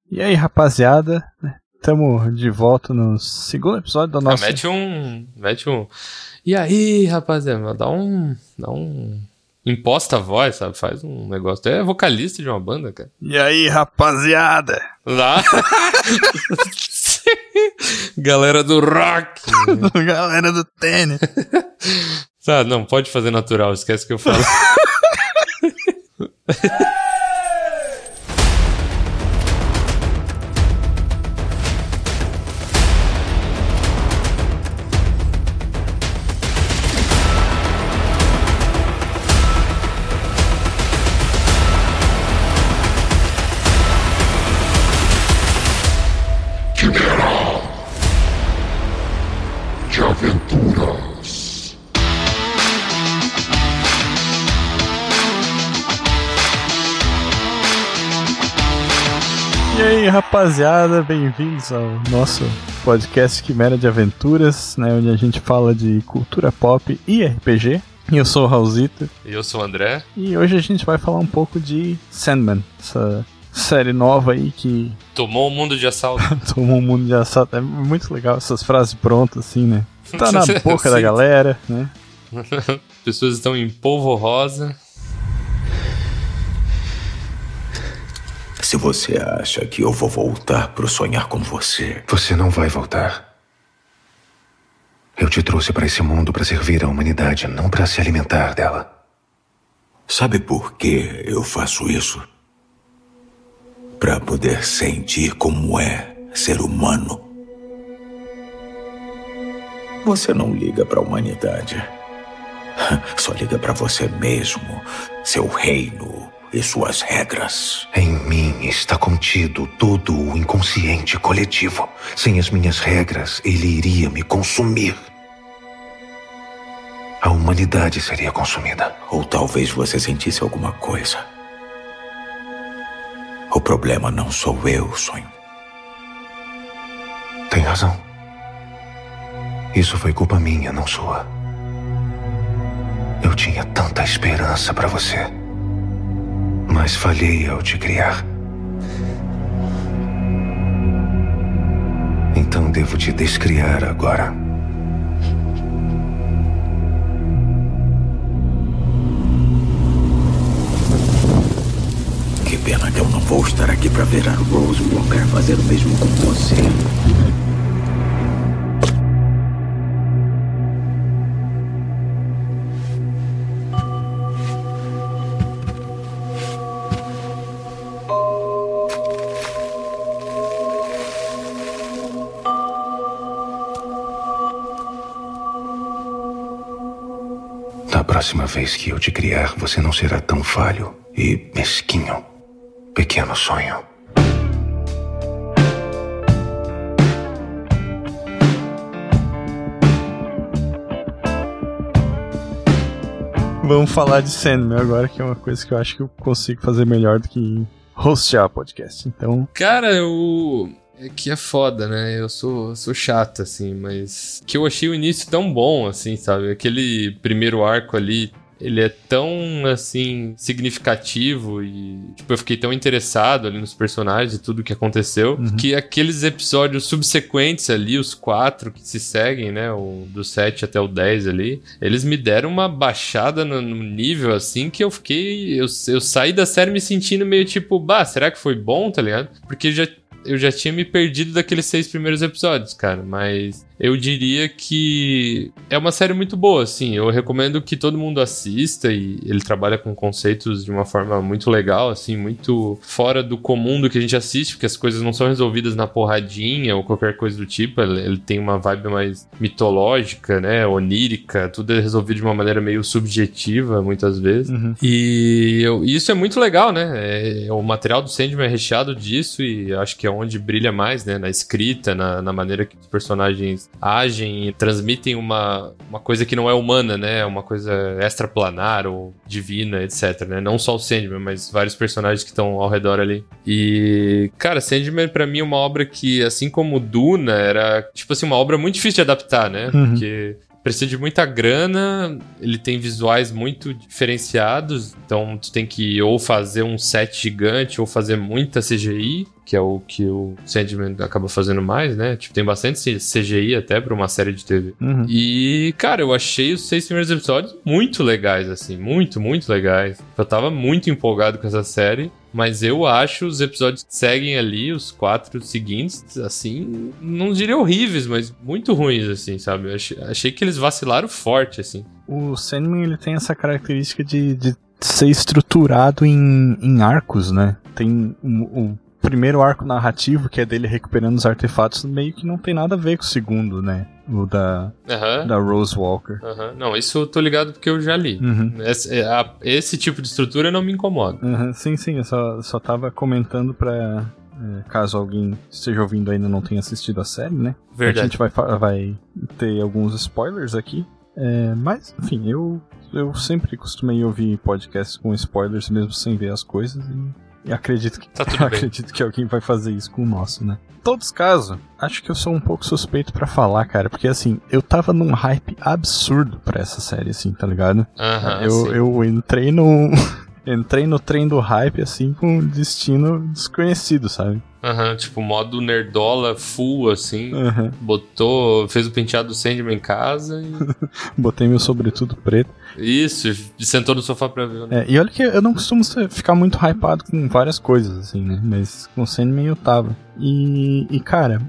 E aí, rapaziada, estamos de volta no segundo episódio da nossa... Mete um... E aí, rapaziada, dá um... Imposta a voz, sabe? Faz um negócio. Tu é vocalista de uma banda, cara. E aí, rapaziada? Lá. Galera do rock. Galera do tênis. Tá, não, pode fazer natural, esquece que eu falo. De aventuras. E aí, rapaziada, bem-vindos ao nosso podcast Quimera de Aventuras, né, onde a gente fala de cultura pop e RPG. Eu sou o Raulzito. E eu sou o André. E hoje a gente vai falar um pouco de Sandman, essa série nova aí que... Tomou o mundo de assalto. Tomou o mundo de assalto. É muito legal essas frases prontas, assim, né? Tá na boca da galera, né? Pessoas estão em polvo rosa. Se você acha que eu vou voltar pro sonhar com você... Você não vai voltar. Eu te trouxe para esse mundo para servir a humanidade, não para se alimentar dela. Sabe por que eu faço isso? Para poder sentir como é ser humano. Você não liga para a humanidade. Só liga para você mesmo, seu reino e suas regras. Em mim está contido todo o inconsciente coletivo. Sem as minhas regras, ele iria me consumir. A humanidade seria consumida. Ou talvez você sentisse alguma coisa. O problema não sou eu, sonho. Tem razão. Isso foi culpa minha, não sua. Eu tinha tanta esperança para você. Mas falhei ao te criar. Então devo te descriar agora. Que pena que eu não vou estar aqui para ver a Rose Walker fazer o mesmo com você. Da próxima vez que eu te criar, você não será tão falho e mesquinho. Pequeno sonho. Vamos falar de Sandman agora, que é uma coisa que eu acho que eu consigo fazer melhor do que hostear podcast. Então... Cara, é que é foda, né? Eu sou chato, assim, mas... Que eu achei o início tão bom, assim, sabe? Aquele primeiro arco ali, ele é tão, assim, significativo e... Tipo, eu fiquei tão interessado ali nos personagens e tudo que aconteceu, que aqueles episódios subsequentes ali, os 4 que se seguem, né? Do 7 até o 10 ali, eles me deram uma baixada no nível, assim, que eu fiquei... Eu saí da série me sentindo meio tipo, será que foi bom, tá ligado? Porque eu já tinha me perdido daqueles 6 primeiros episódios, cara, mas eu diria que é uma série muito boa, assim, eu recomendo que todo mundo assista e ele trabalha com conceitos de uma forma muito legal, assim, muito fora do comum do que a gente assiste, porque as coisas não são resolvidas na porradinha ou qualquer coisa do tipo, ele tem uma vibe mais mitológica, né, onírica, tudo é resolvido de uma maneira meio subjetiva, muitas vezes, e isso é muito legal, né, o material do Sandman é recheado disso e acho que é onde brilha mais, né, na escrita, na maneira que os personagens agem e transmitem uma coisa que não é humana, né? Uma coisa extraplanar ou divina, etc, né? Não só o Sandman, mas vários personagens que estão ao redor ali. E, cara, Sandman pra mim é uma obra que, assim como Duna, era, tipo assim, uma obra muito difícil de adaptar, né? Porque precisa de muita grana, ele tem visuais muito diferenciados, então tu tem que ou fazer um set gigante ou fazer muita CGI, que é o que o Sandman acaba fazendo mais, né? Tipo, tem bastante CGI até pra uma série de TV. E, cara, eu achei os 6 primeiros episódios muito legais, assim. Muito, muito legais. Eu tava muito empolgado com essa série. Mas eu acho os episódios que seguem ali, os 4 seguintes, assim, não diria horríveis, mas muito ruins, assim, sabe? Eu achei que eles vacilaram forte, assim. O Sandman, ele tem essa característica de ser estruturado em arcos, né? Tem o primeiro arco narrativo, que é dele recuperando os artefatos, meio que não tem nada a ver com o segundo, né? O da Rose Walker. Não, isso eu tô ligado porque eu já li. Esse tipo de estrutura não me incomoda. Sim, eu só tava comentando pra... caso alguém esteja ouvindo ainda não tenha assistido a série, né? Verdade. A gente vai ter alguns spoilers aqui. Mas, enfim, eu sempre costumei ouvir podcasts com spoilers mesmo sem ver as coisas e acredito que, acredito que alguém vai fazer isso com o nosso, né? Em todos os casos, acho que eu sou um pouco suspeito pra falar, cara, porque assim, eu tava num hype absurdo pra essa série, assim, tá ligado? Eu entrei no trem do hype, assim, com um destino desconhecido, sabe? Tipo, modo nerdola full, assim. Fez o penteado do Sandman em casa e... Botei meu sobretudo preto. Isso, e sentou no sofá pra ver, né? E olha que eu não costumo ficar muito hypado com várias coisas, assim, né? Mas com o Sandman eu tava. E cara,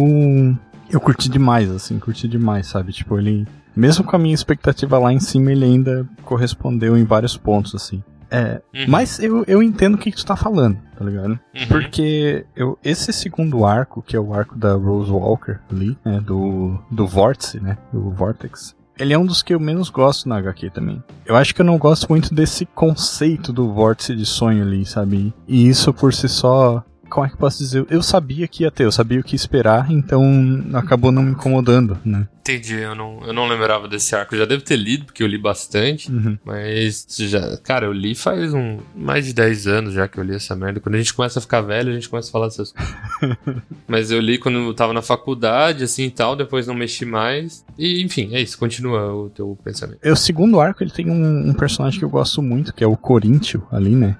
eu curti demais, sabe? Tipo, ele... Mesmo com a minha expectativa lá em cima, ele ainda correspondeu em vários pontos, assim. Mas eu entendo o que tu tá falando, tá ligado? Porque esse segundo arco, que é o arco da Rose Walker ali, né, do Vórtice, né, do Vortex, ele é um dos que eu menos gosto na HQ também. Eu acho que eu não gosto muito desse conceito do Vórtice de sonho ali, sabe? E isso por si só... Como é que eu posso dizer? Eu sabia que ia ter, eu sabia o que esperar, então acabou não me incomodando, né? Entendi, eu não lembrava desse arco. Eu já devo ter lido, porque eu li bastante, mas cara, eu li faz mais de 10 anos já que eu li essa merda. Quando a gente começa a ficar velho, a gente começa a falar dessas coisas. Mas eu li quando eu tava na faculdade, assim e tal, depois não mexi mais. E, enfim, é isso, continua o teu pensamento. O segundo arco, ele tem um personagem que eu gosto muito, que é o Coríntio ali, né?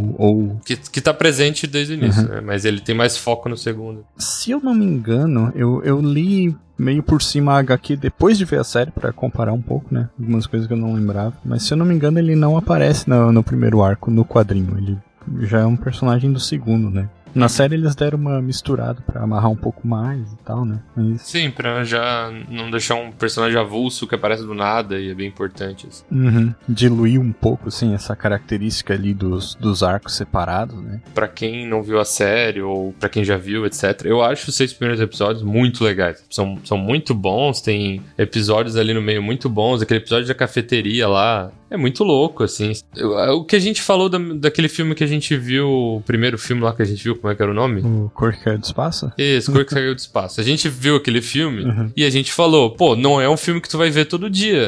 Que tá presente desde o início, né? Mas ele tem mais foco no segundo. Se eu não me engano, eu li meio por cima a HQ depois de ver a série pra comparar um pouco, né? Algumas coisas que eu não lembrava. Mas se eu não me engano, ele não aparece no primeiro arco, no quadrinho. Ele já é um personagem do segundo, né? Na série eles deram uma misturada pra amarrar um pouco mais e tal, né? Mas... Sim, pra já não deixar um personagem avulso que aparece do nada e é bem importante. Assim. Diluir um pouco, assim, essa característica ali dos arcos separados, né? Pra quem não viu a série ou pra quem já viu, etc. Eu acho os 6 primeiros episódios muito legais. São muito bons, tem episódios ali no meio muito bons. Aquele episódio da cafeteria lá... É muito louco, assim. O que a gente falou daquele filme que a gente viu, o primeiro filme lá que a gente viu, como é que era o nome? O Cor que Caiu do Espaço? Isso, Cor que Caiu do Espaço. A gente viu aquele filme e a gente falou, pô, não é um filme que tu vai ver todo dia.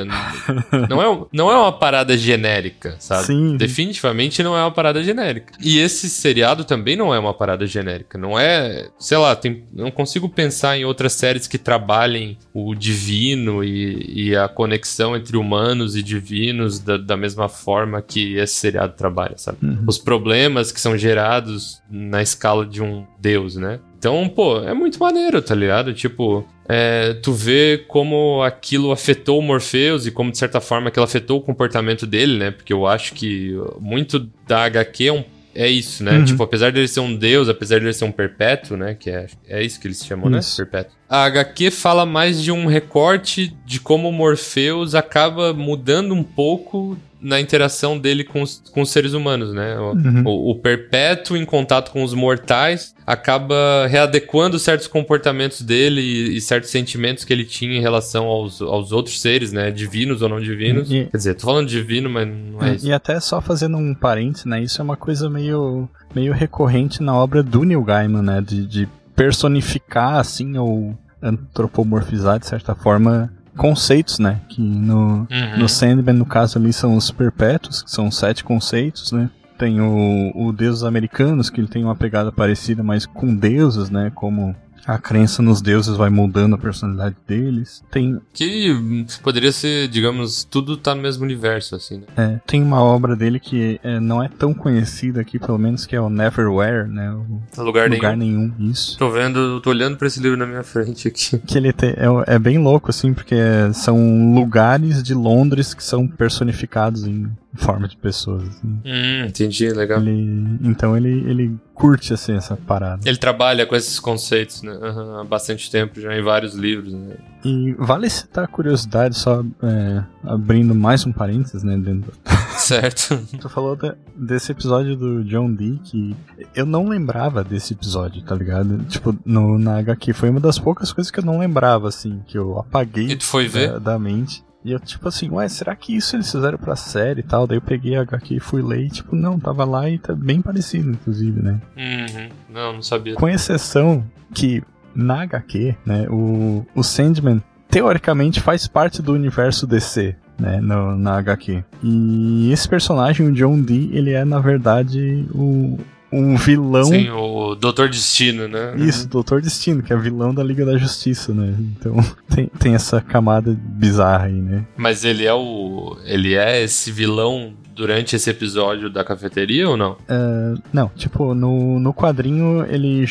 Não é uma parada genérica, sabe? Sim. Definitivamente não é uma parada genérica. E esse seriado também não é uma parada genérica. Não é, sei lá, não consigo pensar em outras séries que trabalhem o divino e a conexão entre humanos e divinos da mesma forma que esse seriado trabalha, sabe? Os problemas que são gerados na escala de um deus, né? Então, pô, é muito maneiro, tá ligado? Tipo, tu vê como aquilo afetou o Morpheus e como, de certa forma, aquilo afetou o comportamento dele, né? Porque eu acho que muito da HQ é isso, né? Tipo, apesar dele ser um deus, apesar dele ser um perpétuo, né? Que é isso que eles chamam, né? Perpétuo. A HQ fala mais de um recorte de como o Morpheus acaba mudando um pouco na interação dele com os seres humanos, né? O perpétuo em contato com os mortais acaba readequando certos comportamentos dele e certos sentimentos que ele tinha em relação aos outros seres, né? Divinos ou não divinos. Quer dizer, tô falando divino, mas não é isso. E até só fazendo um parênteses, né? Isso é uma coisa meio recorrente na obra do Neil Gaiman, né? De personificar, assim, ou antropomorfizar, de certa forma, conceitos, né? Que no Sandman, no caso ali, são os perpétuos, que são 7 conceitos, né? Tem o deuses americanos, que ele tem uma pegada parecida, mas com deuses, né? Como A crença nos deuses vai moldando a personalidade deles. Que poderia ser, digamos, tudo tá no mesmo universo, assim, né? Tem uma obra dele que não é tão conhecida aqui, pelo menos, que é o Neverwhere, né? O Lugar nenhum, isso. Tô olhando pra esse livro na minha frente aqui. Que ele é bem louco, assim, porque são lugares de Londres que são personificados em forma de pessoas, assim. Entendi, legal. Então ele curte, assim, essa parada. Ele trabalha com esses conceitos, né? Há bastante tempo, já em vários livros, né? E vale citar a curiosidade, só abrindo mais um parênteses, né, dentro. Certo. Tu falou desse episódio do John Dee, que eu não lembrava desse episódio, tá ligado? Tipo, na HQ, foi uma das poucas coisas que eu não lembrava, assim, que eu apaguei E tu foi ver? Da mente. E eu, tipo assim, será que isso eles fizeram pra série e tal? Daí eu peguei a HQ e fui ler e, tipo, não, tava lá e tá bem parecido, inclusive, né? Não sabia. Com exceção que, na HQ, né, o Sandman, teoricamente, faz parte do universo DC, né, na HQ. E esse personagem, o John Dee, ele é, na verdade, um vilão... Sim, o Doutor Destino, né? Isso, Doutor Destino, que é vilão da Liga da Justiça, né? Então tem essa camada bizarra aí, né? Mas ele é esse vilão durante esse episódio da cafeteria ou não? Não, tipo, no quadrinho ele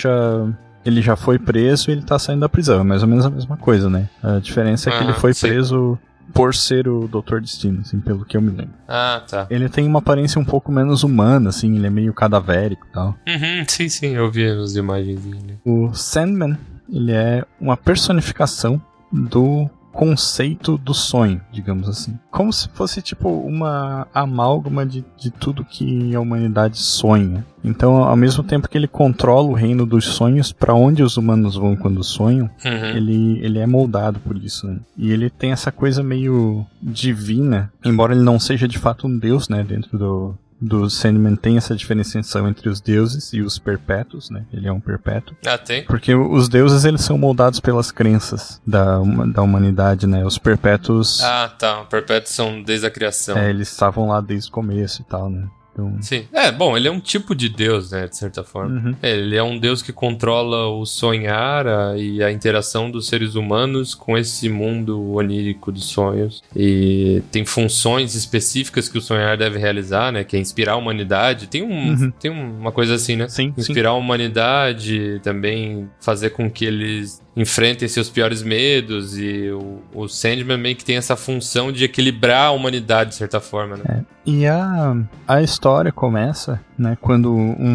já foi preso e ele tá saindo da prisão. É mais ou menos a mesma coisa, né? A diferença é que ele foi preso por ser o Doutor Destino, assim, pelo que eu me lembro. Ah, tá. Ele tem uma aparência um pouco menos humana, assim, ele é meio cadavérico e tal. Sim, eu vi as imagens dele. O Sandman, ele é uma personificação do conceito do sonho, digamos assim. Como se fosse, tipo, uma amálgama de tudo que a humanidade sonha. Então, ao mesmo tempo que ele controla o reino dos sonhos, para onde os humanos vão quando sonham, ele é moldado por isso, né? E ele tem essa coisa meio divina, embora ele não seja de fato um deus, né, dentro do Sandman tem essa diferenciação entre os deuses e os perpétuos, né? Ele é um perpétuo. Ah, tem? Porque os deuses, eles são moldados pelas crenças da humanidade, né? Os perpétuos... Ah, tá. Os perpétuos são desde a criação. Eles estavam lá desde o começo e tal, né? Então... Sim. Bom, ele é um tipo de deus, né, de certa forma. Ele é um deus que controla o sonhar e a interação dos seres humanos com esse mundo onírico dos sonhos. E tem funções específicas que o sonhar deve realizar, né, que é inspirar a humanidade. Tem uma coisa assim, né? Sim, inspirar a humanidade, também fazer com que eles enfrentem seus piores medos, e o Sandman meio que tem essa função de equilibrar a humanidade, de certa forma, né? E a história começa, né, quando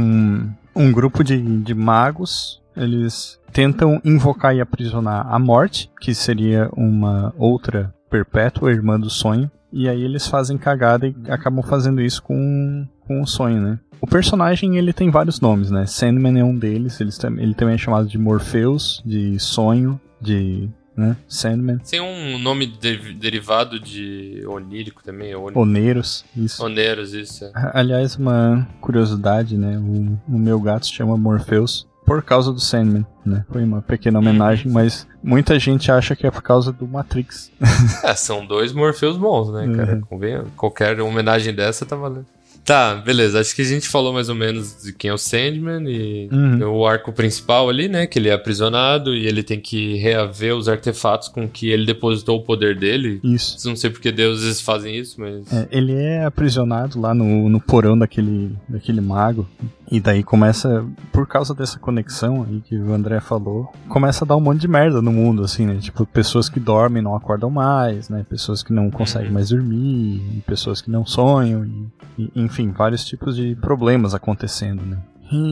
um grupo de magos, eles tentam invocar e aprisionar a morte, que seria uma outra perpétua, irmã do sonho, e aí eles fazem cagada e acabam fazendo isso com o sonho, né? O personagem, ele tem vários nomes, né? Sandman é um deles, ele também é chamado de Morpheus, de sonho, de... né? Sandman. Tem um nome derivado de onírico também. Oneiros, isso. Oneiros, isso. Aliás, uma curiosidade, né? O meu gato se chama Morpheus por causa do Sandman, né? Foi uma pequena homenagem, mas muita gente acha que é por causa do Matrix. São dois Morpheus bons, né, cara? Convenha. Qualquer homenagem dessa tá valendo. Tá, beleza. Acho que a gente falou mais ou menos de quem é o Sandman e o arco principal ali, né? Que ele é aprisionado e ele tem que reaver os artefatos com que ele depositou o poder dele. Isso. Não sei porque deuses fazem isso, mas... ele é aprisionado lá no porão daquele mago. E daí começa, por causa dessa conexão aí que o André falou, começa a dar um monte de merda no mundo, assim, né? Tipo, pessoas que dormem não acordam mais, né? Pessoas que não conseguem mais dormir, pessoas que não sonham, e enfim, vários tipos de problemas acontecendo, né?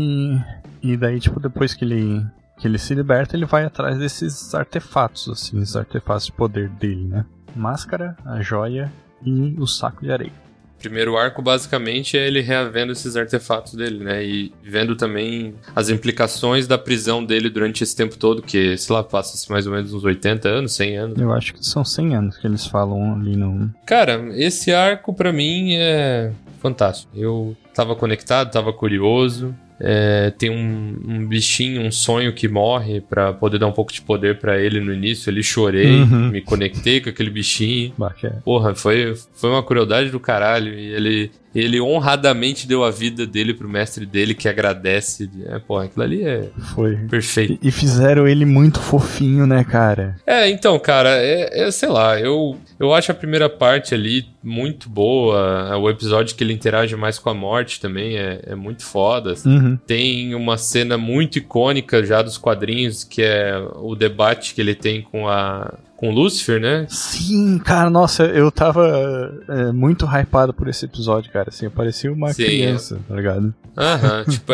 E daí, tipo, depois que ele se liberta, ele vai atrás desses artefatos, assim, os artefatos de poder dele, né? Máscara, a joia e o saco de areia. Primeiro arco, basicamente, é ele reavendo esses artefatos dele, né? E vendo também as implicações da prisão dele durante esse tempo todo, que, sei lá, passa-se mais ou menos uns 80 anos, 100 anos. Eu acho que são 100 anos que eles falam ali no... Cara, esse arco, pra mim, é fantástico. Eu tava conectado, tava curioso. Tem um bichinho, um sonho que morre pra poder dar um pouco de poder pra ele no início. Ali chorei, me conectei com aquele bichinho. Porra, foi uma crueldade do caralho. E ele honradamente deu a vida dele pro mestre dele, que agradece. Pô, aquilo ali foi perfeito. E fizeram ele muito fofinho, né, cara? Então, cara, sei lá, eu acho a primeira parte ali muito boa, o episódio que ele interage mais com a morte também é muito foda. Assim. Tem uma cena muito icônica já dos quadrinhos, que é o debate que ele tem com o Lúcifer, né? Sim, cara, nossa, eu tava muito hypado por esse episódio, cara, assim, eu parecia uma criança, tá ligado? Tipo,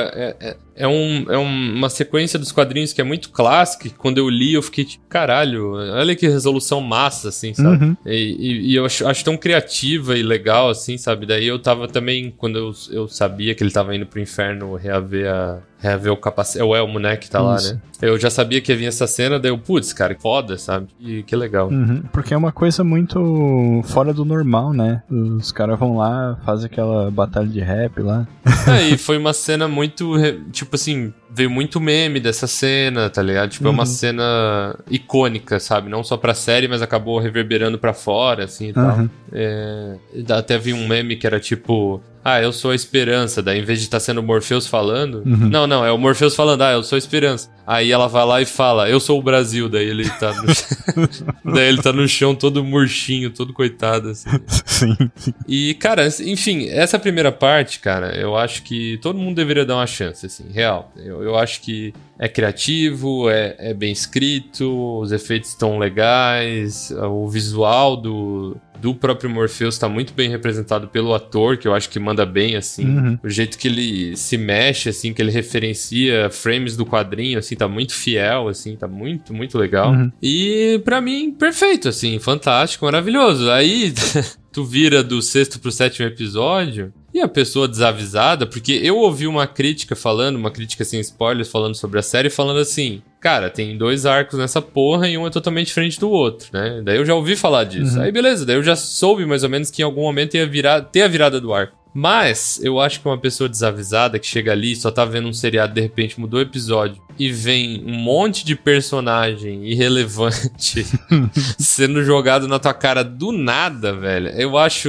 uma sequência dos quadrinhos que é muito clássica, que quando eu li eu fiquei tipo, caralho, olha que resolução massa, assim, sabe? E eu acho tão criativa e legal, assim, sabe? Daí eu tava também, quando eu sabia que ele tava indo pro inferno reaver o capacete, é o Elmo, né, que tá lá, né? Eu já sabia que ia vir essa cena, daí eu, putz, cara, foda, sabe? E que legal. Porque é uma coisa muito fora do normal, né? Os caras vão lá, fazem aquela batalha de rap lá. E foi uma cena muito, tipo assim, veio muito meme dessa cena, tá ligado? Tipo, é uma cena icônica, sabe? Não só pra série, mas acabou reverberando pra fora, assim, e tal. Até vi um meme que era tipo... eu sou a esperança. Daí, em vez de estar sendo o Morpheus falando... Não, é o Morpheus falando, eu sou a esperança. Aí ela vai lá e fala, eu sou o Brasil. Daí ele tá no, daí ele tá no chão todo murchinho, todo coitado, assim. Sim. E, cara, enfim, essa primeira parte, cara, eu acho que todo mundo deveria dar uma chance, assim, real. Eu acho que é criativo, é bem escrito, os efeitos estão legais, o visual do próprio Morpheus tá muito bem representado pelo ator, que eu acho que manda bem, assim. O jeito que ele se mexe, assim, que ele referencia frames do quadrinho, assim, tá muito fiel, assim, tá muito, muito legal. E, pra mim, perfeito, assim, fantástico, maravilhoso. Aí, tu vira do 6º pro 7º episódio... E a pessoa desavisada, porque eu ouvi uma crítica sem spoilers, falando sobre a série, falando assim, cara, tem 2 arcos nessa porra e um é totalmente diferente do outro, né? Daí eu já ouvi falar disso. Aí beleza, daí eu já soube mais ou menos que em algum momento ia ter a virada do arco. Mas eu acho que uma pessoa desavisada que chega ali e só tá vendo um seriado, de repente mudou o episódio e vem um monte de personagem irrelevante sendo jogado na tua cara do nada, velho. Eu acho,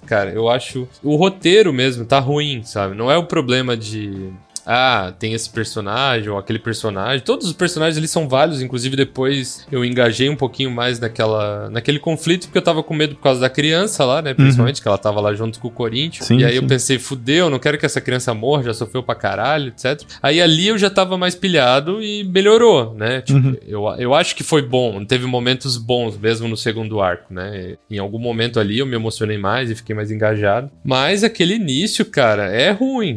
o roteiro mesmo tá ruim, sabe? Não é o problema de... tem esse personagem ou aquele personagem. Todos os personagens ali são válidos, inclusive depois eu engajei um pouquinho mais naquele conflito, porque eu tava com medo por causa da criança lá, né? Principalmente, que ela tava lá junto com o Corinthians. E aí eu pensei, fudeu, não quero que essa criança morra, já sofreu pra caralho, etc. Aí ali eu já tava mais pilhado e melhorou, né? Tipo, eu acho que foi bom, teve momentos bons mesmo no segundo arco, né? Em algum momento ali eu me emocionei mais e fiquei mais engajado. Mas aquele início, cara, é ruim.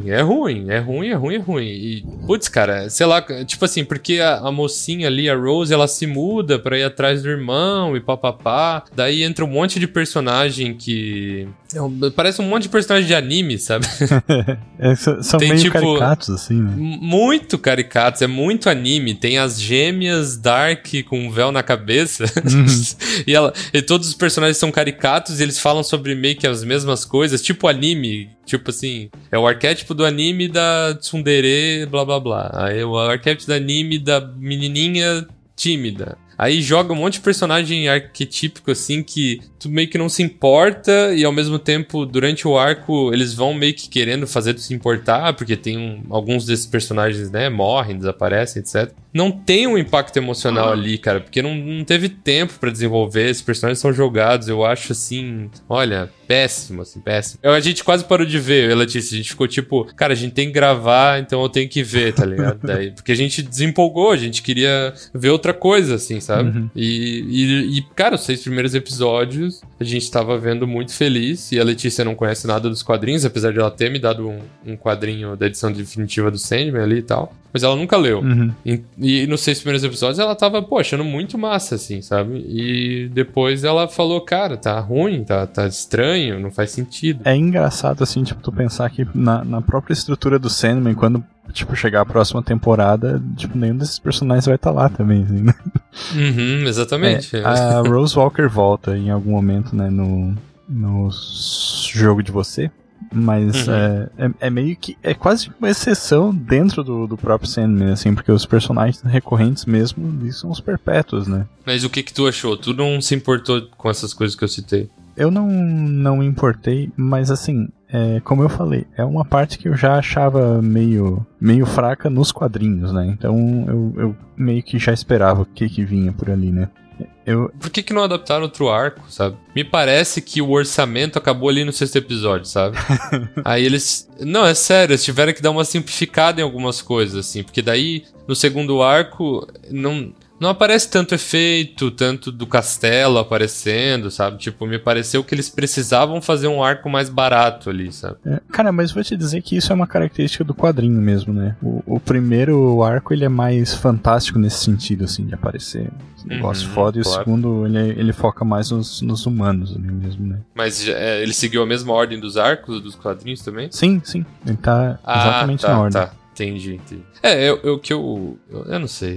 E, putz, cara, sei lá, tipo assim, porque a mocinha ali, a Rose, ela se muda pra ir atrás do irmão e papapá. Daí entra um monte de personagem que... parece um monte de personagem de anime, sabe? São meio tipo, caricatos, assim, né? Muito caricatos, é muito anime. Tem as gêmeas Dark com um véu na cabeça. E todos os personagens são caricatos e eles falam sobre meio que as mesmas coisas, tipo anime. Tipo assim, é o arquétipo do anime da tsundere, blá blá blá. Aí é o arquétipo do anime da menininha tímida. Aí joga um monte de personagem arquetípico, assim, que tu meio que não se importa e ao mesmo tempo, durante o arco, eles vão meio que querendo fazer tu se importar, porque tem alguns desses personagens, né, morrem, desaparecem, etc. Não tem um impacto emocional ali, cara, porque não teve tempo pra desenvolver, esses personagens são jogados, eu acho, assim, olha, péssimo, assim, péssimo. A gente quase parou de ver, eu e a Letícia, a gente ficou tipo, cara, a gente tem que gravar, então eu tenho que ver, tá ligado? Daí, porque a gente desempolgou, a gente queria ver outra coisa, assim, sabe? E, cara, os 6 primeiros episódios a gente tava vendo muito feliz, e a Letícia não conhece nada dos quadrinhos, apesar de ela ter me dado um quadrinho da edição definitiva do Sandman ali e tal, mas ela nunca leu. E nos 6 primeiros episódios ela tava, pô, achando muito massa, assim, sabe? E depois ela falou, cara, tá ruim, tá estranho, não faz sentido. É engraçado, assim, tipo, tu pensar que na própria estrutura do Sandman, quando, tipo, chegar a próxima temporada, tipo, nenhum desses personagens vai estar lá também, assim, né? Exatamente. A Rose Walker volta em algum momento, né, no jogo de você. Mas é meio que... É quase uma exceção dentro do próprio Sandman, assim, porque os personagens recorrentes mesmo, eles são os perpétuos, né? Mas o que tu achou? Tu não se importou com essas coisas que eu citei? Eu não me importei, mas assim... como eu falei, é uma parte que eu já achava meio fraca nos quadrinhos, né? Então eu meio que já esperava o que vinha por ali, né? Por que não adaptaram outro arco, sabe? Me parece que o orçamento acabou ali no 6º episódio, sabe? Aí eles... Não, é sério, eles tiveram que dar uma simplificada em algumas coisas, assim. Porque daí, no 2º arco, não aparece tanto efeito, tanto do castelo aparecendo, sabe? Tipo, me pareceu que eles precisavam fazer um arco mais barato ali, sabe? Cara, mas vou te dizer que isso é uma característica do quadrinho mesmo, né? O primeiro arco, ele é mais fantástico nesse sentido, assim, de aparecer um negócio foda. E o segundo, ele foca mais nos humanos ali mesmo, né? Mas ele seguiu a mesma ordem dos arcos, dos quadrinhos também? Sim. Ele tá exatamente na ordem. Tá. Entendi. Eu não sei.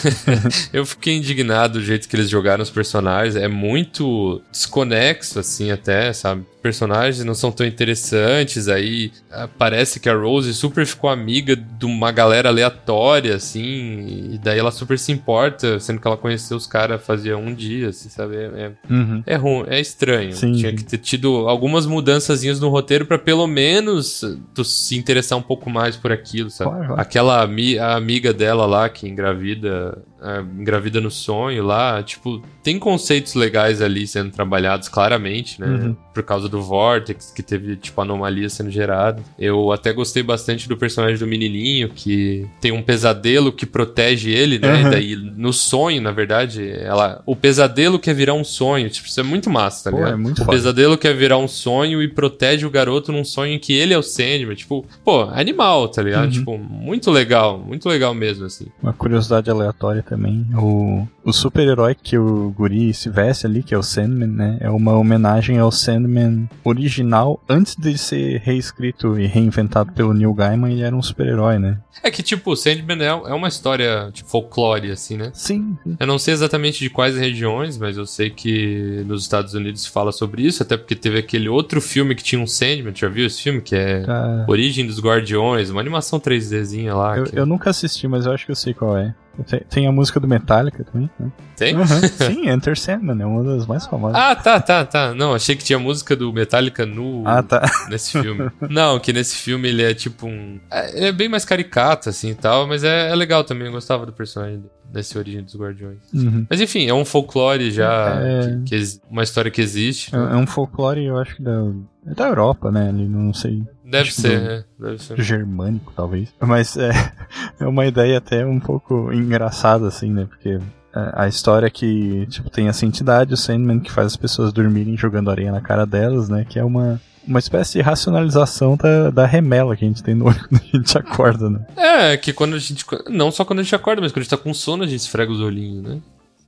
Eu fiquei indignado do jeito que eles jogaram os personagens. É muito desconexo, assim, até, sabe? Personagens não são tão interessantes. Aí parece que a Rose super ficou amiga de uma galera aleatória, assim. E daí ela super se importa, sendo que ela conheceu os caras fazia um dia, assim, sabe? É ruim, é estranho. Sim. Tinha que ter tido algumas mudançazinhas no roteiro pra pelo menos tu se interessar um pouco mais por aquilo, sabe? Claro. Aquela a amiga dela lá que engravida no sonho lá, tipo, tem conceitos legais ali sendo trabalhados claramente, né? Por causa do Vortex, que teve, tipo, anomalia sendo gerada. Eu até gostei bastante do personagem do menininho, que tem um pesadelo que protege ele, né? E daí, no sonho, na verdade, o pesadelo quer virar um sonho. Tipo, isso é muito massa, tá ligado? É muito o foda. pesadelo quer virar um sonho e protege o garoto num sonho em que ele é o Sandman. Tipo, animal, tá ligado? Tipo, muito legal mesmo, assim. Uma curiosidade aleatória também, o super-herói que o guri se veste ali, que é o Sandman, né, é uma homenagem ao Sandman original. Antes de ser reescrito e reinventado pelo Neil Gaiman, ele era um super-herói, né? É que, tipo, o Sandman é uma história, tipo, folclore, assim, né? Sim. Eu não sei exatamente de quais regiões, mas eu sei que nos Estados Unidos se fala sobre isso, até porque teve aquele outro filme que tinha um Sandman, já viu esse filme? Que é Origem dos Guardiões, uma animação 3Dzinha lá. Eu nunca assisti, mas eu acho que eu sei qual é. Tem a música do Metallica também, né? Tem? Sim, Enter Sandman, é uma das mais famosas. Tá. Não, achei que tinha música do Metallica nesse filme. Não, que nesse filme ele é tipo ele é bem mais caricato, assim, e tal, mas é legal também, eu gostava do personagem desse Origem dos Guardiões. Mas enfim, é um folclore já, uma história que existe. É um folclore, eu acho que da Europa, né? Ali, não sei. Deve ser. Germânico, talvez. Mas é uma ideia até um pouco engraçada, assim, né? Porque a história que, tipo, tem essa entidade, o Sandman, que faz as pessoas dormirem jogando areia na cara delas, né? Que é uma espécie de racionalização da remela que a gente tem no olho quando a gente acorda, né? Que quando a gente... Não só quando a gente acorda, mas quando a gente tá com sono, a gente esfrega os olhinhos, né?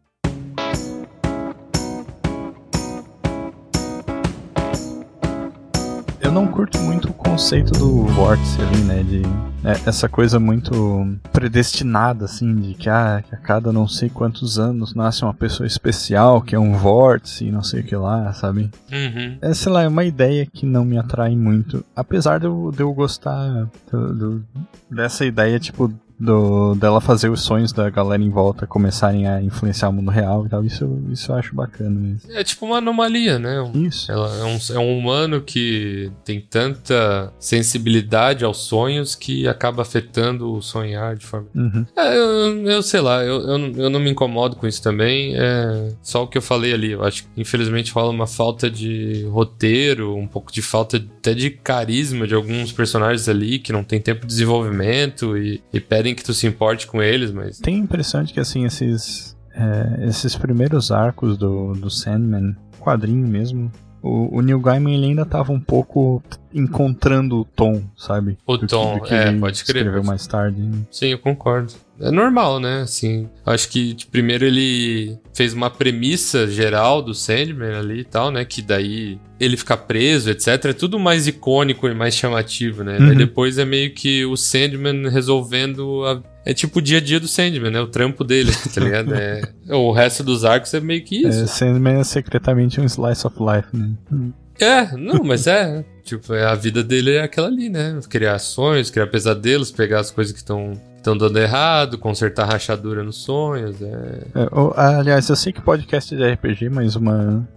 Eu não curto muito o conceito do vórtice ali, né, essa coisa muito predestinada, assim, de que a cada não sei quantos anos nasce uma pessoa especial, que é um vórtice e não sei o que lá, sabe? Sei lá, é uma ideia que não me atrai muito, apesar de eu gostar dessa ideia, tipo, dela fazer os sonhos da galera em volta começarem a influenciar o mundo real e tal, isso eu acho bacana mesmo. É tipo uma anomalia, né? Isso. Ela é um humano que tem tanta sensibilidade aos sonhos que acaba afetando o sonhar de forma... Eu sei lá, eu não me incomodo com isso também, só o que eu falei ali, eu acho que infelizmente rola uma falta de roteiro, um pouco de falta até de carisma de alguns personagens ali que não tem tempo de desenvolvimento e pedem que tu se importe com eles, mas... Tem a impressão de que, assim, esses primeiros arcos do Sandman, quadrinho mesmo, o Neil Gaiman ele ainda tava um pouco encontrando o tom, sabe? O tom, pode crer. Escreveu mais tarde. Sim, eu concordo. É normal, né? Assim, acho que primeiro ele fez uma premissa geral do Sandman ali e tal, né? Que daí ele ficar preso, etc. É tudo mais icônico e mais chamativo, né? Daí depois é meio que o Sandman resolvendo é tipo o dia a dia do Sandman, né? O trampo dele, tá ligado? O resto dos arcos é meio que isso. Sandman é secretamente um slice of life, né? Não, mas tipo, a vida dele é aquela ali, né? Criar sonhos, criar pesadelos, pegar as coisas que estão dando errado, consertar rachadura nos sonhos. Aliás, eu sei que podcast de RPG, mas uma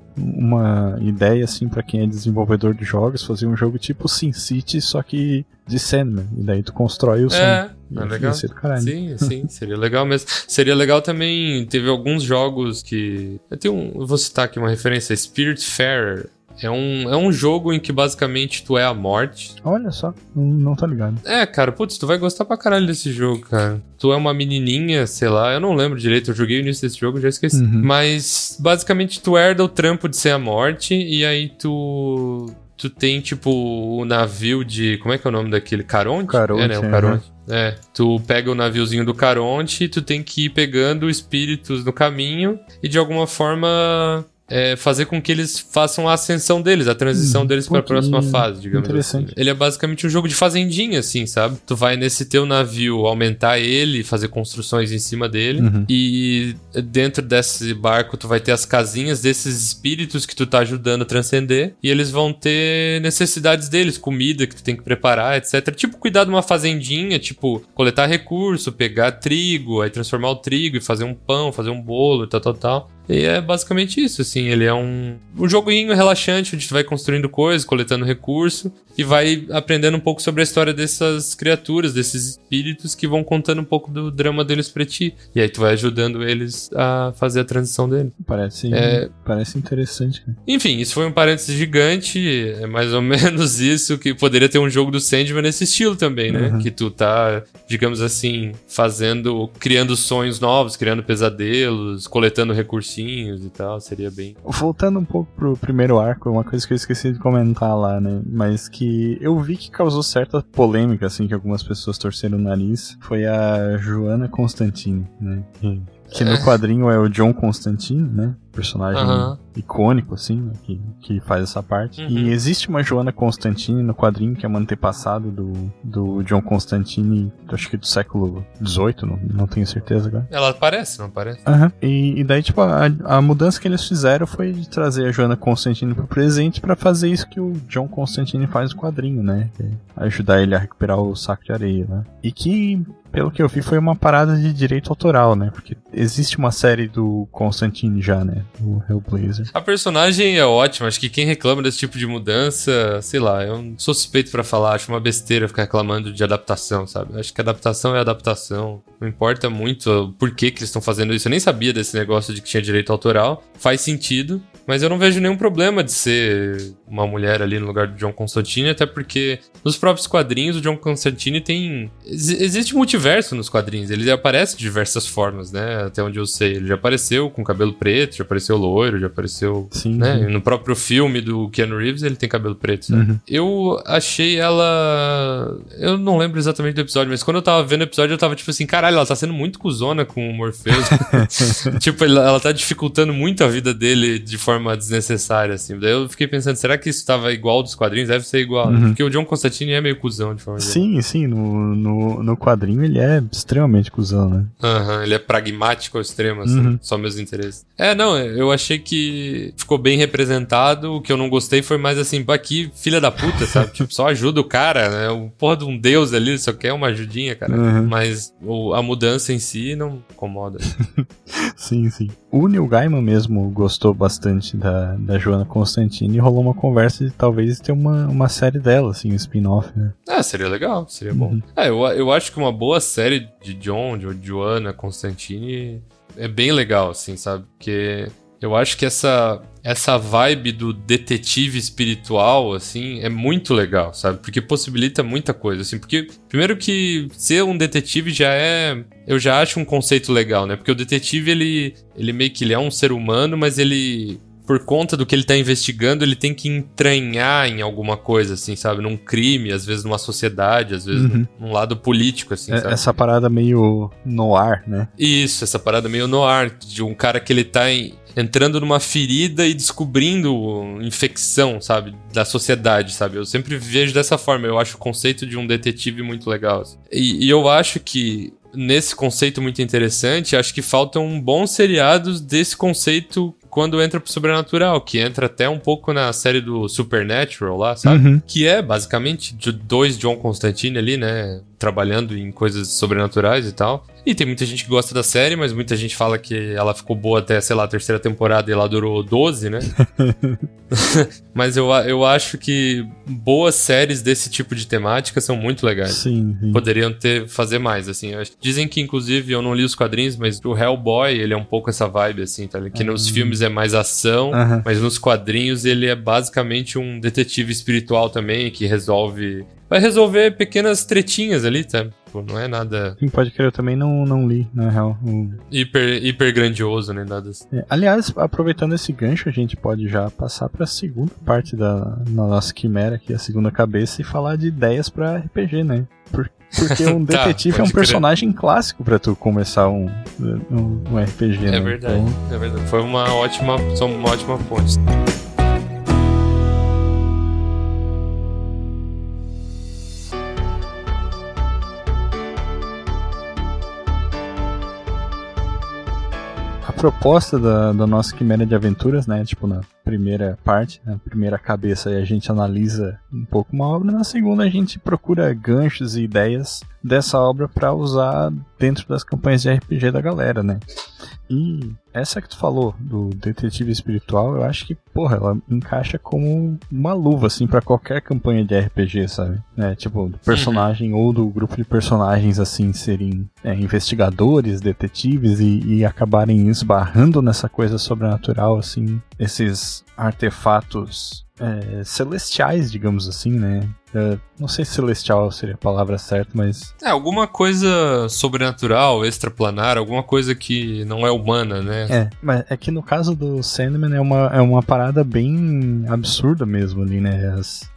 uma ideia, assim, pra quem é desenvolvedor de jogos, fazer um jogo tipo SimCity, só que de Sandman. E daí tu constrói o Sandman. É legal. Ser do caralho. Sim, seria legal mesmo. Seria legal também, teve alguns jogos que... eu vou citar aqui uma referência, Spiritfarer. É um jogo em que basicamente tu é a morte. Olha só, não tô ligado. Cara, putz, tu vai gostar pra caralho desse jogo, cara. Tu é uma menininha, sei lá, eu não lembro direito, eu joguei o início desse jogo, já esqueci. Mas, basicamente, tu herda o trampo de ser a morte, e aí tu tem, tipo, o navio de... Como é que é o nome daquele? Caronte? Caronte, né? O Caronte. Tu pega o naviozinho do Caronte e tu tem que ir pegando espíritos no caminho e, de alguma forma... fazer com que eles façam a ascensão deles, a transição deles para a próxima fase, digamos assim. Ele é basicamente um jogo de fazendinha, assim, sabe? Tu vai nesse teu navio aumentar ele, fazer construções em cima dele, e dentro desse barco tu vai ter as casinhas desses espíritos que tu tá ajudando a transcender, e eles vão ter necessidades deles, comida que tu tem que preparar, etc. Tipo, cuidar de uma fazendinha, tipo, coletar recurso, pegar trigo, aí transformar o trigo e fazer um pão, fazer um bolo, tal. E é basicamente isso, assim, ele é um joguinho relaxante, onde tu vai construindo coisas, coletando recurso, e vai aprendendo um pouco sobre a história dessas criaturas, desses espíritos que vão contando um pouco do drama deles pra ti. E aí tu vai ajudando eles a fazer a transição deles. Parece interessante, cara. Enfim, isso foi um parênteses gigante, é mais ou menos isso, que poderia ter um jogo do Sandman nesse estilo também, né? Que tu tá, digamos assim, criando sonhos novos, criando pesadelos, coletando recursinhos e tal, seria bem... Voltando um pouco pro primeiro arco, uma coisa que eu esqueci de comentar lá, né, mas que eu vi que causou certa polêmica, assim, que algumas pessoas torceram o nariz, foi a Joanna Constantine, né, que no quadrinho é o John Constantine, né, personagem icônico, assim, né, que faz essa parte. E existe uma Joanna Constantine no quadrinho, que é uma antepassada do John Constantine, acho que do século XVIII, não tenho certeza agora. Ela aparece, não aparece? E daí, tipo, a mudança que eles fizeram foi de trazer a Joanna Constantine pro presente pra fazer isso que o John Constantine faz no quadrinho, né, que é ajudar ele a recuperar o saco de areia, né. E que, pelo que eu vi, foi uma parada de direito autoral, né, porque existe uma série do Constantine já, né, do Hellblazer. A personagem é ótima, acho que quem reclama desse tipo de mudança, sei lá, eu sou suspeito pra falar, acho uma besteira ficar reclamando de adaptação, sabe? Acho que adaptação é adaptação, não importa muito por que eles estão fazendo isso, eu nem sabia desse negócio de que tinha direito autoral, faz sentido, mas eu não vejo nenhum problema de ser uma mulher ali no lugar do John Constantine, até porque nos próprios quadrinhos o John Constantine tem... Existe multiverso nos quadrinhos, ele aparece de diversas formas, né? Até onde eu sei. Ele já apareceu com cabelo preto, já apareceu loiro, já apareceu... Sim, né? sim. No próprio filme do Keanu Reeves ele tem cabelo preto, sabe? Eu achei ela... Eu não lembro exatamente do episódio, mas quando eu tava vendo o episódio eu tava tipo assim, caralho, ela tá sendo muito cuzona com o Morpheus. Tipo, ela tá dificultando muito a vida dele de forma desnecessária, assim. Daí eu fiquei pensando, será que isso tava igual dos quadrinhos? Deve ser igual, né? Porque o John Constantine é meio cuzão de forma geral. Sim, no quadrinho ele é extremamente cuzão, né? Ele é pragmático ao extremo, assim, só meus interesses. Eu achei que ficou bem representado, o que eu não gostei foi mais assim, pô, aqui, filha da puta, sabe? Tipo, só ajuda o cara, né? O porra de um deus ali, só quer uma ajudinha, cara. Mas a mudança em si não incomoda. Sim. O Neil Gaiman mesmo gostou bastante da Joanna Constantine e rolou uma conversa de talvez ter uma série dela, assim, um spin-off, né? Seria legal, seria bom. Eu acho que uma boa série de John, de Joanna Constantine é bem legal, assim, sabe? Porque eu acho que essa vibe do detetive espiritual, assim, é muito legal, sabe? Porque possibilita muita coisa, assim. Porque, primeiro que ser um detetive eu já acho um conceito legal, né? Porque o detetive, ele meio que ele é um ser humano, mas ele... por conta do que ele tá investigando, ele tem que entranhar em alguma coisa, assim, sabe? Num crime, às vezes numa sociedade, às vezes num lado político, assim, sabe? Essa parada meio noir, né? Isso, essa parada meio noir, de um cara que ele tá entrando numa ferida e descobrindo infecção, sabe? Da sociedade, sabe? Eu sempre vejo dessa forma, eu acho o conceito de um detetive muito legal, assim. E eu acho que nesse conceito muito interessante, acho que faltam bons seriados desse conceito quando entra pro sobrenatural, que entra até um pouco na série do Supernatural lá, sabe? Que é basicamente dois John Constantine ali, né? trabalhando em coisas sobrenaturais e tal. E tem muita gente que gosta da série, mas muita gente fala que ela ficou boa até, sei lá, a terceira temporada e ela durou 12, né? Mas eu acho que boas séries desse tipo de temática são muito legais. Sim. Poderiam fazer mais, assim. Dizem que, inclusive, eu não li os quadrinhos, mas o Hellboy, ele é um pouco essa vibe, assim, tá? Que nos filmes é mais ação, mas nos quadrinhos ele é basicamente um detetive espiritual também, que vai resolver pequenas tretinhas ali, tá? Pô, não é nada... Sim, pode crer, eu também não li, na real. Hiper grandioso, nem nada assim. Aliás, aproveitando esse gancho, a gente pode já passar pra segunda parte da nossa quimera, que é a segunda cabeça, e falar de ideias pra RPG, né? Porque um detetive é um personagem clássico pra tu começar um RPG, né? É verdade, então... é verdade. Foi uma ótima ponte. A proposta da nossa quimera de aventuras, né, tipo na primeira parte, na primeira cabeça, a gente analisa um pouco uma obra, na segunda a gente procura ganchos e ideias dessa obra para usar dentro das campanhas de RPG da galera, né. E essa que tu falou do detetive espiritual, eu acho que, porra, ela encaixa como uma luva, assim, pra qualquer campanha de RPG, sabe? Né? Tipo, do personagem ou do grupo de personagens, assim, serem investigadores, detetives e acabarem esbarrando nessa coisa sobrenatural, assim, esses artefatos celestiais, digamos assim, né? Não sei se celestial seria a palavra certa, mas... alguma coisa sobrenatural, extraplanar, alguma coisa que não é humana, né? Mas é que no caso do Sandman é uma parada bem absurda mesmo ali, né?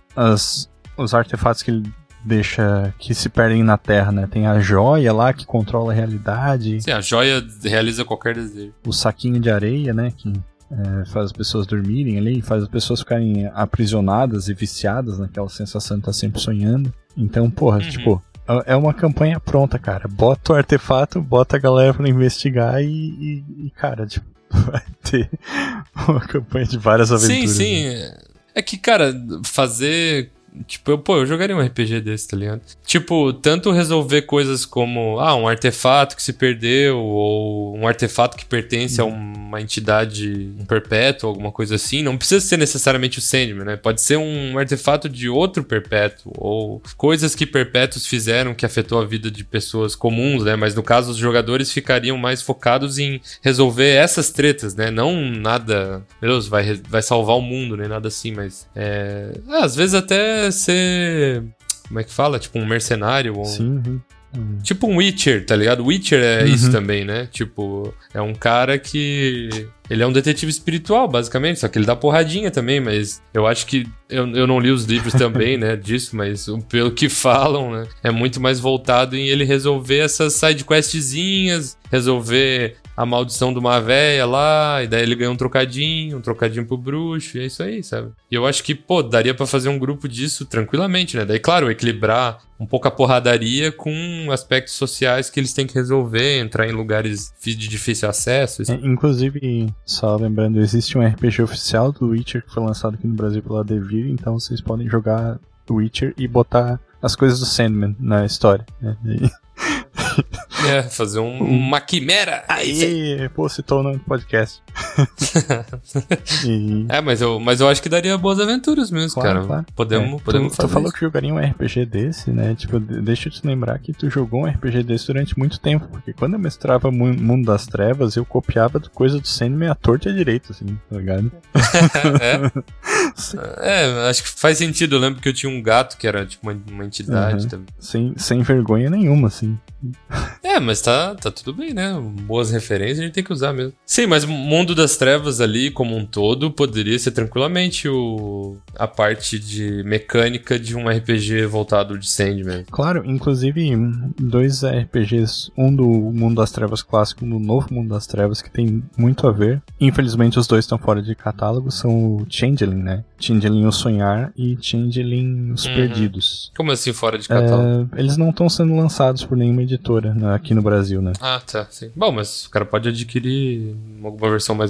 Os artefatos que ele deixa que se perdem na Terra, né? Tem a joia lá que controla a realidade. Sim, a joia realiza qualquer desejo. O saquinho de areia, né? Que... faz as pessoas dormirem ali, faz as pessoas ficarem aprisionadas e viciadas naquela sensação de estar sempre sonhando. Então, porra, tipo, é uma campanha pronta, cara. Bota o artefato, bota a galera pra investigar e cara, tipo, vai ter uma campanha de várias aventuras. Sim. Né? É que, cara, fazer... Tipo, eu jogaria um RPG desse, tá ligado? Tipo, tanto resolver coisas como um artefato que se perdeu, ou um artefato que pertence a uma entidade perpétua, alguma coisa assim. Não precisa ser necessariamente o Sandman, né? Pode ser um artefato de outro perpétuo, ou coisas que perpétuos fizeram que afetou a vida de pessoas comuns, né? Mas no caso, os jogadores ficariam mais focados em resolver essas tretas, né? Não nada, meu Deus, vai salvar o mundo, nem nada assim, mas às vezes até ser, como é que fala? Tipo um mercenário ou Sim. Tipo um Witcher, tá ligado? Witcher é isso também, né? Tipo, é um cara que... Ele é um detetive espiritual, basicamente, só que ele dá porradinha também, mas eu acho que... Eu não li os livros também, né, disso, mas pelo que falam, né, é muito mais voltado em ele resolver essas sidequestzinhas, resolver a maldição de uma véia lá, e daí ele ganha um trocadinho pro bruxo, e é isso aí, sabe? E eu acho que, daria pra fazer um grupo disso tranquilamente, né? Daí, claro, equilibrar um pouco a porradaria com aspectos sociais que eles têm que resolver, entrar em lugares de difícil acesso. Inclusive, só lembrando, existe um RPG oficial do Witcher que foi lançado aqui no Brasil pela Devir, então vocês podem jogar Witcher e botar as coisas do Sandman na história, né? Fazer uma quimera. Aí, citou o nome do podcast. Mas eu acho que daria boas aventuras mesmo, claro, cara. Claro. Podemos fazer. Tu falou que jogaria um RPG desse, né? Tipo, deixa eu te lembrar que tu jogou um RPG desse durante muito tempo, porque quando eu mestrava Mundo das Trevas, eu copiava coisa do Sandman à torta e à direita, assim, tá ligado? Acho que faz sentido. Eu lembro que eu tinha um gato que era tipo uma entidade também. Sem vergonha nenhuma, assim. Mas tá tudo bem, né? Boas referências a gente tem que usar mesmo. Sim, mas o Mundo das Trevas ali, como um todo, poderia ser tranquilamente a parte de mecânica de um RPG voltado de Sandman. Claro, inclusive 2 RPGs, um do Mundo das Trevas clássico e um do novo Mundo das Trevas, que tem muito a ver. Infelizmente os dois estão fora de catálogo, são o Changeling, né? Changeling o Sonhar e Changeling os Perdidos. Como assim fora de catálogo? Eles não estão sendo lançados por nenhuma editora aqui no Brasil, né? Ah, tá, sim. Bom, mas o cara pode adquirir alguma versão mais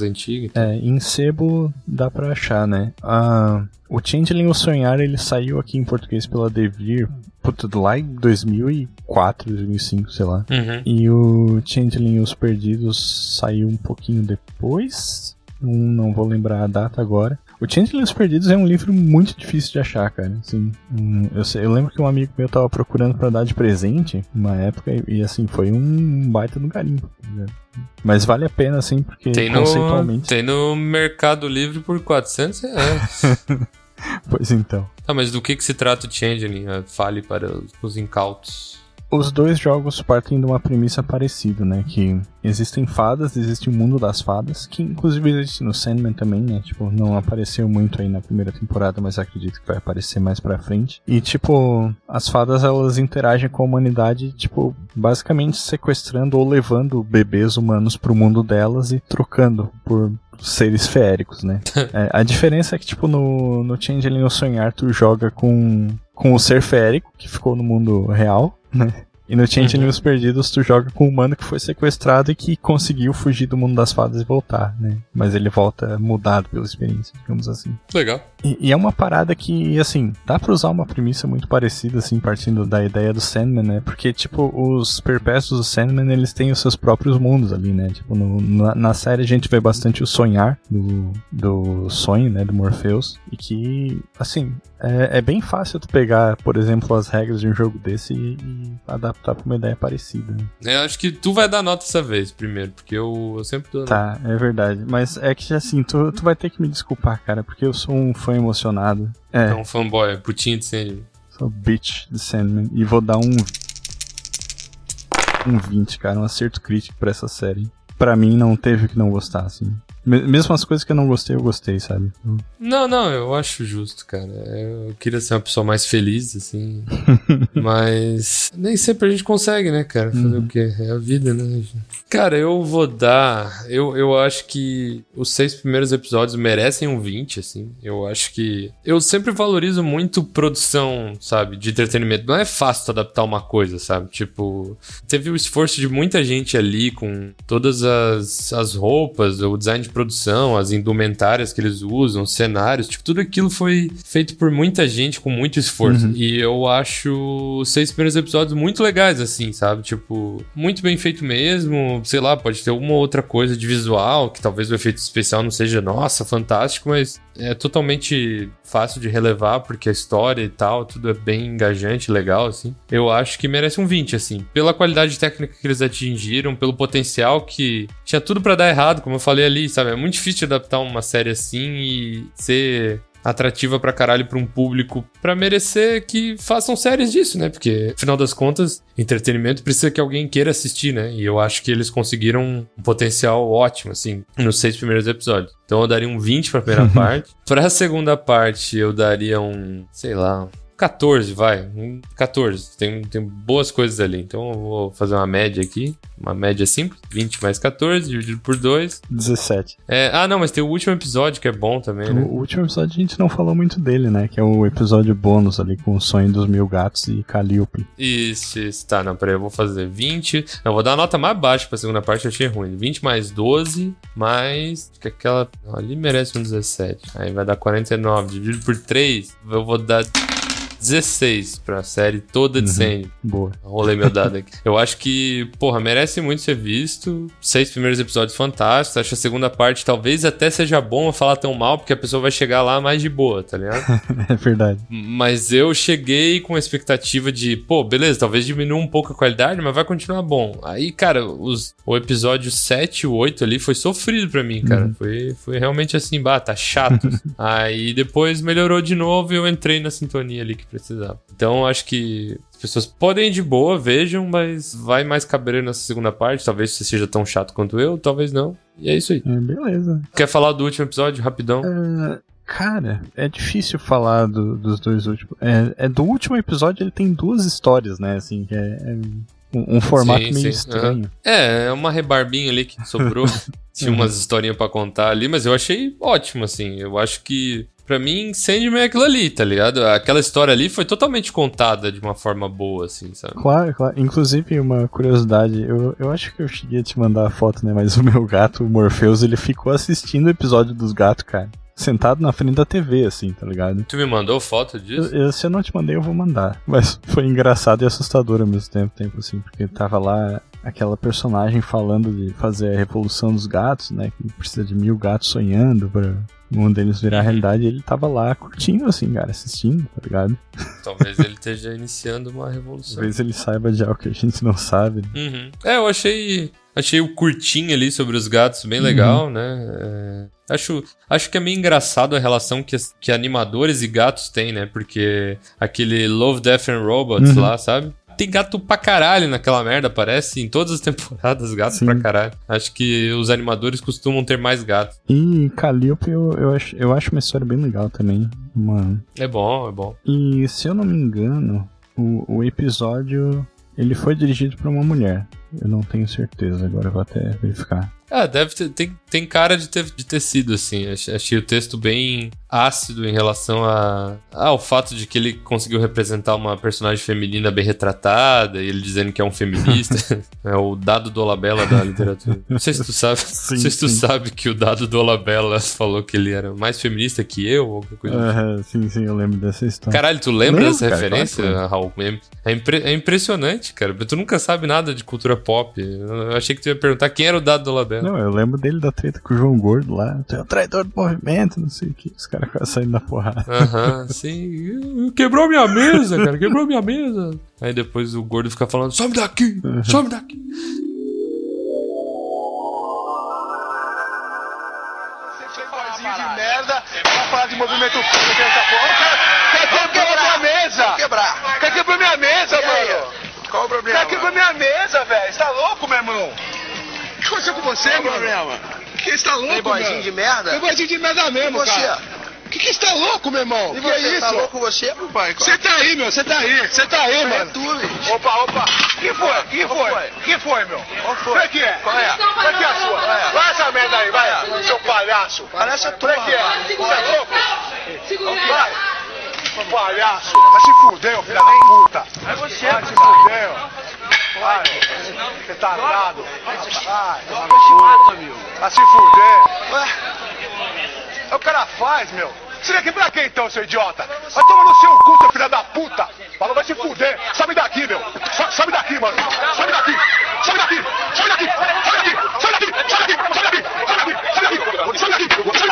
coisa antiga. Então. Em sebo dá pra achar, né? O Changeling O Sonhar, ele saiu aqui em português pela Devir, lá em 2004, 2005, sei lá. Uhum. E o Changeling Os Perdidos saiu um pouquinho depois. Não vou lembrar a data agora. O Changeling Os Perdidos é um livro muito difícil de achar, cara. Assim, eu lembro que um amigo meu tava procurando pra dar de presente uma época e assim, foi um baita no garimpo. Mas vale a pena, assim, porque conceitualmente... Tem no Mercado Livre por R$400. Pois então. Tá, mas do que se trata o Changeling? Fale para os incautos. Os dois jogos partem de uma premissa parecida, né? Que existem fadas, existe o mundo das fadas, que inclusive existe no Sandman também, né? Tipo, não apareceu muito aí na primeira temporada, mas acredito que vai aparecer mais pra frente. E, tipo, as fadas, elas interagem com a humanidade, tipo, basicamente sequestrando ou levando bebês humanos pro mundo delas e trocando por seres feéricos, né? A diferença é que, tipo, no Changeling O Sonhar, tu joga com o ser feérico, que ficou no mundo real, né? E no Changeling Os Perdidos tu joga com o humano que foi sequestrado e que conseguiu fugir do mundo das fadas e voltar, né? Mas ele volta mudado pela experiência, digamos assim. Legal. E é uma parada que, assim, dá pra usar uma premissa muito parecida, assim, partindo da ideia do Sandman, né? Porque, tipo, os perpétuos do Sandman, eles têm os seus próprios mundos ali, né? Tipo, na série a gente vê bastante o sonhar do sonho, né? Do Morpheus. E que, assim, é bem fácil tu pegar, por exemplo, as regras de um jogo desse e adaptar pra uma ideia parecida. Eu acho que tu vai dar nota essa vez, primeiro, porque eu sempre dou nota. Tá, é verdade. Mas é que, assim, tu vai ter que me desculpar, cara, porque eu sou um fã emocionado. É um fanboy, putinho de Sandman. Sou bitch de Sandman. E vou dar um 20, cara, um acerto crítico pra essa série. Pra mim, não teve que não gostar, assim. Mesmo as coisas que eu não gostei, eu gostei, sabe? Não, eu acho justo, cara. Eu queria ser uma pessoa mais feliz, assim. Mas nem sempre a gente consegue, né, cara? Fazer o quê? É a vida, né? Cara, eu vou dar... Eu acho que os 6 primeiros episódios merecem um 20, assim. Eu acho que... Eu sempre valorizo muito produção, sabe? De entretenimento. Não é fácil adaptar uma coisa, sabe? Tipo, teve o esforço de muita gente ali com todas as roupas, o design de produção, as indumentárias que eles usam, os cenários, tipo, tudo aquilo foi feito por muita gente com muito esforço. E eu acho os 6 primeiros episódios muito legais, assim, sabe? Tipo, muito bem feito mesmo. Sei lá, pode ter uma outra coisa de visual, que talvez o efeito especial não seja, nossa, fantástico, mas é totalmente fácil de relevar, porque a história e tal, tudo é bem engajante, legal, assim. Eu acho que merece um 20, assim. Pela qualidade técnica que eles atingiram, pelo potencial que tinha tudo pra dar errado, como eu falei ali, sabe? É muito difícil de adaptar uma série assim e ser atrativa pra caralho pra um público pra merecer que façam séries disso, né? Porque, afinal das contas, entretenimento precisa que alguém queira assistir, né? E eu acho que eles conseguiram um potencial ótimo, assim, nos 6 primeiros episódios. Então eu daria um 20 pra primeira parte. Pra segunda parte, eu daria um, sei lá, 14, vai. 14. Tem boas coisas ali. Então eu vou fazer uma média aqui. Uma média simples. 20 mais 14, dividido por 2. 17. Não, mas tem o último episódio que é bom também, né? O último episódio a gente não falou muito dele, né? Que é o episódio bônus ali com o sonho dos 1000 gatos e Calliope. Isso. Tá, não, peraí, eu vou fazer 20. Eu vou dar a nota mais baixa pra segunda parte, eu achei ruim. 20 mais 12, mais... que aquela... ali merece um 17. Aí vai dar 49. Dividido por 3, eu vou dar 16 pra série toda de Sandman. Boa. Rolei meu dado aqui. Eu acho que, porra, merece muito ser visto. 6 primeiros episódios fantásticos. Acho que a segunda parte talvez até seja bom eu falar tão mal, porque a pessoa vai chegar lá mais de boa, tá ligado? É verdade. Mas eu cheguei com a expectativa de, pô, beleza, talvez diminua um pouco a qualidade, mas vai continuar bom. Aí, cara, o episódio 7 e 8 ali foi sofrido pra mim, cara. Foi realmente assim, tá chato. Aí depois melhorou de novo e eu entrei na sintonia ali que precisava. Então acho que as pessoas podem ir de boa, vejam, mas vai mais caber nessa segunda parte. Talvez você seja tão chato quanto eu, talvez não. E é isso aí. Beleza. Quer falar do último episódio, rapidão? Cara, é difícil falar dos dois últimos. Do último episódio ele tem 2 histórias, né? Assim, que é um formato meio estranho. É uma rebarbinha ali que sobrou. Tinha umas historinhas pra contar ali, mas eu achei ótimo, assim. Eu acho que Pra mim, Sandman é aquilo ali, tá ligado? Aquela história ali foi totalmente contada de uma forma boa, assim, sabe? Claro. Inclusive, uma curiosidade, eu acho que eu cheguei a te mandar a foto, né? Mas o meu gato, o Morpheus, ele ficou assistindo o episódio dos gatos, cara. Sentado na frente da TV, assim, tá ligado? Tu me mandou foto disso? Se eu não te mandei, eu vou mandar. Mas foi engraçado e assustador ao mesmo tempo, assim, porque tava lá aquela personagem falando de fazer a revolução dos gatos, né? Que precisa de 1000 gatos sonhando pra um deles virar realidade. E ele tava lá curtindo, assim, cara, assistindo, tá ligado? Talvez ele esteja iniciando uma revolução. Talvez ele saiba de algo que a gente não sabe. Uhum. Eu achei o curtinho ali sobre os gatos bem legal, né? Acho que é meio engraçado a relação que animadores e gatos têm, né? Porque aquele Love, Death and Robots lá, sabe? Tem gato pra caralho naquela merda, parece. Em todas as temporadas, gatos pra caralho. Acho que os animadores costumam ter mais gatos. E Calliope eu acho uma história bem legal também. É bom. E se eu não me engano, o episódio ele foi dirigido por uma mulher. Eu não tenho certeza, agora eu vou até verificar. Deve ter, tem cara de ter sido, assim. Achei o texto bem ácido em relação ao fato de que ele conseguiu representar uma personagem feminina bem retratada, e ele dizendo que é um feminista. É o Dado Dolabella da literatura. Não sei se tu sabe. Sim, não sei se tu sabe que o Dado Dolabella falou que ele era mais feminista que eu, ou alguma coisa assim. Sim, eu lembro dessa história. Caralho, tu lembra dessa cara, referência, claro. Raul? É impressionante, cara. Tu nunca sabe nada de cultura pop. Eu achei que tu ia perguntar quem era o Dado Dolabella. Não, eu lembro dele da treta com o João Gordo lá. Tu é o traidor do movimento, não sei o que. Os caras quase saindo da porrada. Sim. Quebrou minha mesa, cara. Quebrou minha mesa. Aí depois o Gordo fica falando, some daqui, some daqui. De merda, vai falar de movimento público dessa porra. Quer quebrar minha mesa? Quer quebrar minha mesa, mano? Qual o problema? Quer quebrar minha mesa, velho? Você tá louco, meu irmão? O que aconteceu com você, mano? Qual o problema? Que você tá louco, mano? Playboyzinho de merda? Playboyzinho de merda mesmo, e cara. Que você tá louco, meu irmão? E que é isso? Tá louco você, pai? Você tá aí, meu, você tá aí, mano. É tu, bicho. Opa. Quem foi, meu? Qual é que é? Qual é? Qual é que é a sua? Vai essa merda aí, vai, seu palhaço. Palhaço é tu, qual é que é? Você é louco? Vai. Palhaço. Vai se fuder, filho da puta. É você, vai se fuder, vai. Você tá armado. Vai se fuder. Ué? É o que o cara faz, meu. Você vem aqui pra quem então, seu idiota? Vai tomar no seu cu, seu filho da puta. Falou, vai se fuder. Sobe daqui, meu. Sobe daqui, mano. Sobe daqui. Sobe daqui. Sobe daqui. Sobe daqui. Sobe daqui. Sobe daqui. Sobe daqui. Sobe daqui. Sobe daqui.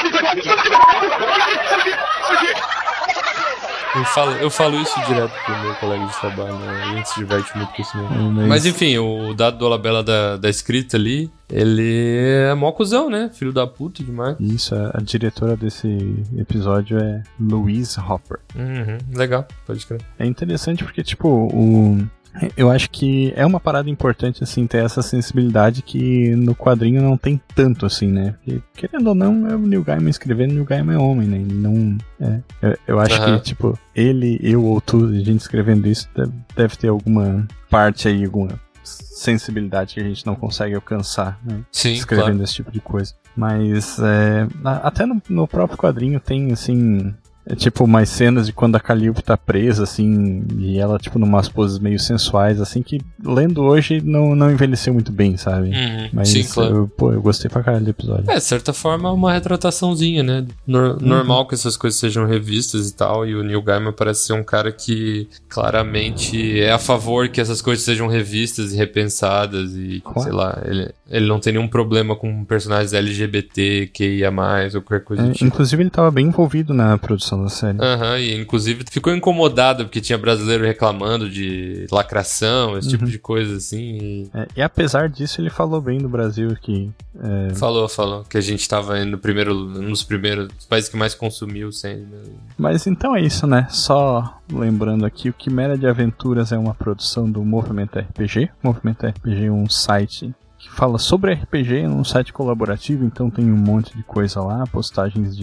Sobe daqui. Eu falo isso direto pro meu colega de trabalho, né? A gente se diverte muito com isso mesmo. Mas enfim, o Dado Dolabella da escrita ali, ele é mó cuzão, né? Filho da puta demais. Isso, a diretora desse episódio é Louise Hopper. Legal, pode crer. É interessante porque, tipo, eu acho que é uma parada importante, assim, ter essa sensibilidade que no quadrinho não tem tanto, assim, né? Porque, querendo ou não, é o Neil Gaiman escrevendo, Neil Gaiman é homem, né? Ele não... Eu acho que, tipo, eu ou tu, a gente escrevendo isso, deve ter alguma parte aí, alguma sensibilidade que a gente não consegue alcançar, né? Sim, escrevendo claro. esse tipo de coisa. Mas, até no próprio quadrinho tem, assim... tipo, umas cenas de quando a Calliope tá presa, assim, e ela, tipo, numas poses meio sensuais, assim, que lendo hoje não envelheceu muito bem, sabe? Mas sim, claro. eu gostei pra caralho do episódio. De certa forma é uma retrataçãozinha, né? Normal que essas coisas sejam revistas e tal, e o Neil Gaiman parece ser um cara que claramente é a favor que essas coisas sejam revistas e repensadas e, sei lá, ele não tem nenhum problema com personagens LGBT, QIA+, ou qualquer coisa do tipo. Inclusive ele tava bem envolvido na produção da série. E inclusive ficou incomodado porque tinha brasileiro reclamando de lacração, esse tipo de coisa assim. E apesar disso, ele falou bem do Brasil que... Falou que a gente tava nos primeiros países que mais consumiu o Sandman. Mas então é isso, né? Só lembrando aqui, o Quimera de Aventuras é uma produção do Movimento RPG. O Movimento RPG é um site que fala sobre RPG, é um site colaborativo, então tem um monte de coisa lá, postagens de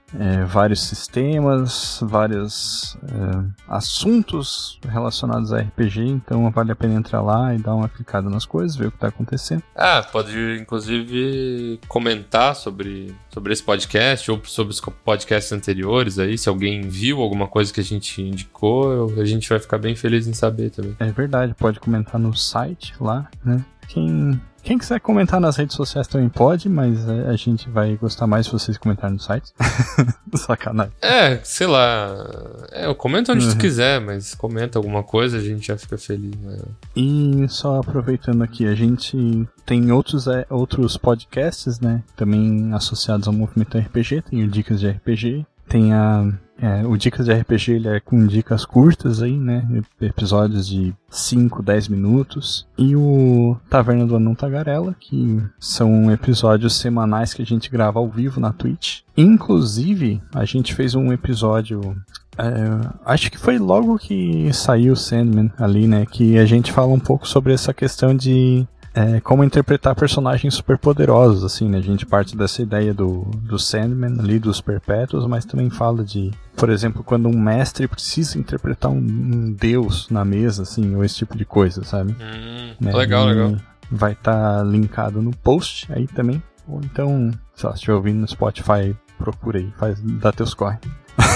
vários sistemas, vários assuntos relacionados a RPG, então vale a pena entrar lá e dar uma clicada nas coisas, ver o que tá acontecendo. Pode inclusive comentar sobre esse podcast ou sobre os podcasts anteriores aí, se alguém viu alguma coisa que a gente indicou, a gente vai ficar bem feliz em saber também. É verdade, pode comentar no site lá, né? Quem quiser comentar nas redes sociais também pode, mas a gente vai gostar mais se vocês comentarem no site. Sacanagem. Sei lá. Eu comento onde tu quiser, mas comenta alguma coisa, a gente já fica feliz. Né? E só aproveitando aqui, a gente tem outros podcasts, né? Também associados ao movimento RPG. Tem o Dicas de RPG. Tem o Dicas de RPG, ele é com dicas curtas aí, né? Episódios de 5, 10 minutos. E o Taverna do Anão Tagarela, que são episódios semanais que a gente grava ao vivo na Twitch. Inclusive, a gente fez um episódio... acho que foi logo que saiu o Sandman ali, né? Que a gente fala um pouco sobre essa questão de... como interpretar personagens superpoderosos, assim, né? A gente parte dessa ideia do Sandman ali, dos Perpétuos, mas também fala de, por exemplo, quando um mestre precisa interpretar um deus na mesa, assim, ou esse tipo de coisa, sabe? Né? Legal. Vai estar linkado no post aí também, ou então, se você estiver ouvindo no Spotify, procura aí, dá teus corre.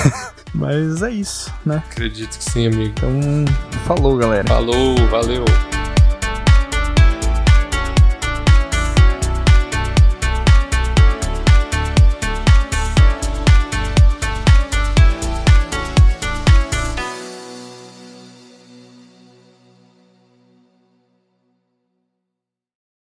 Mas é isso, né? Acredito que sim, amigo. Então, falou, galera. Falou, valeu.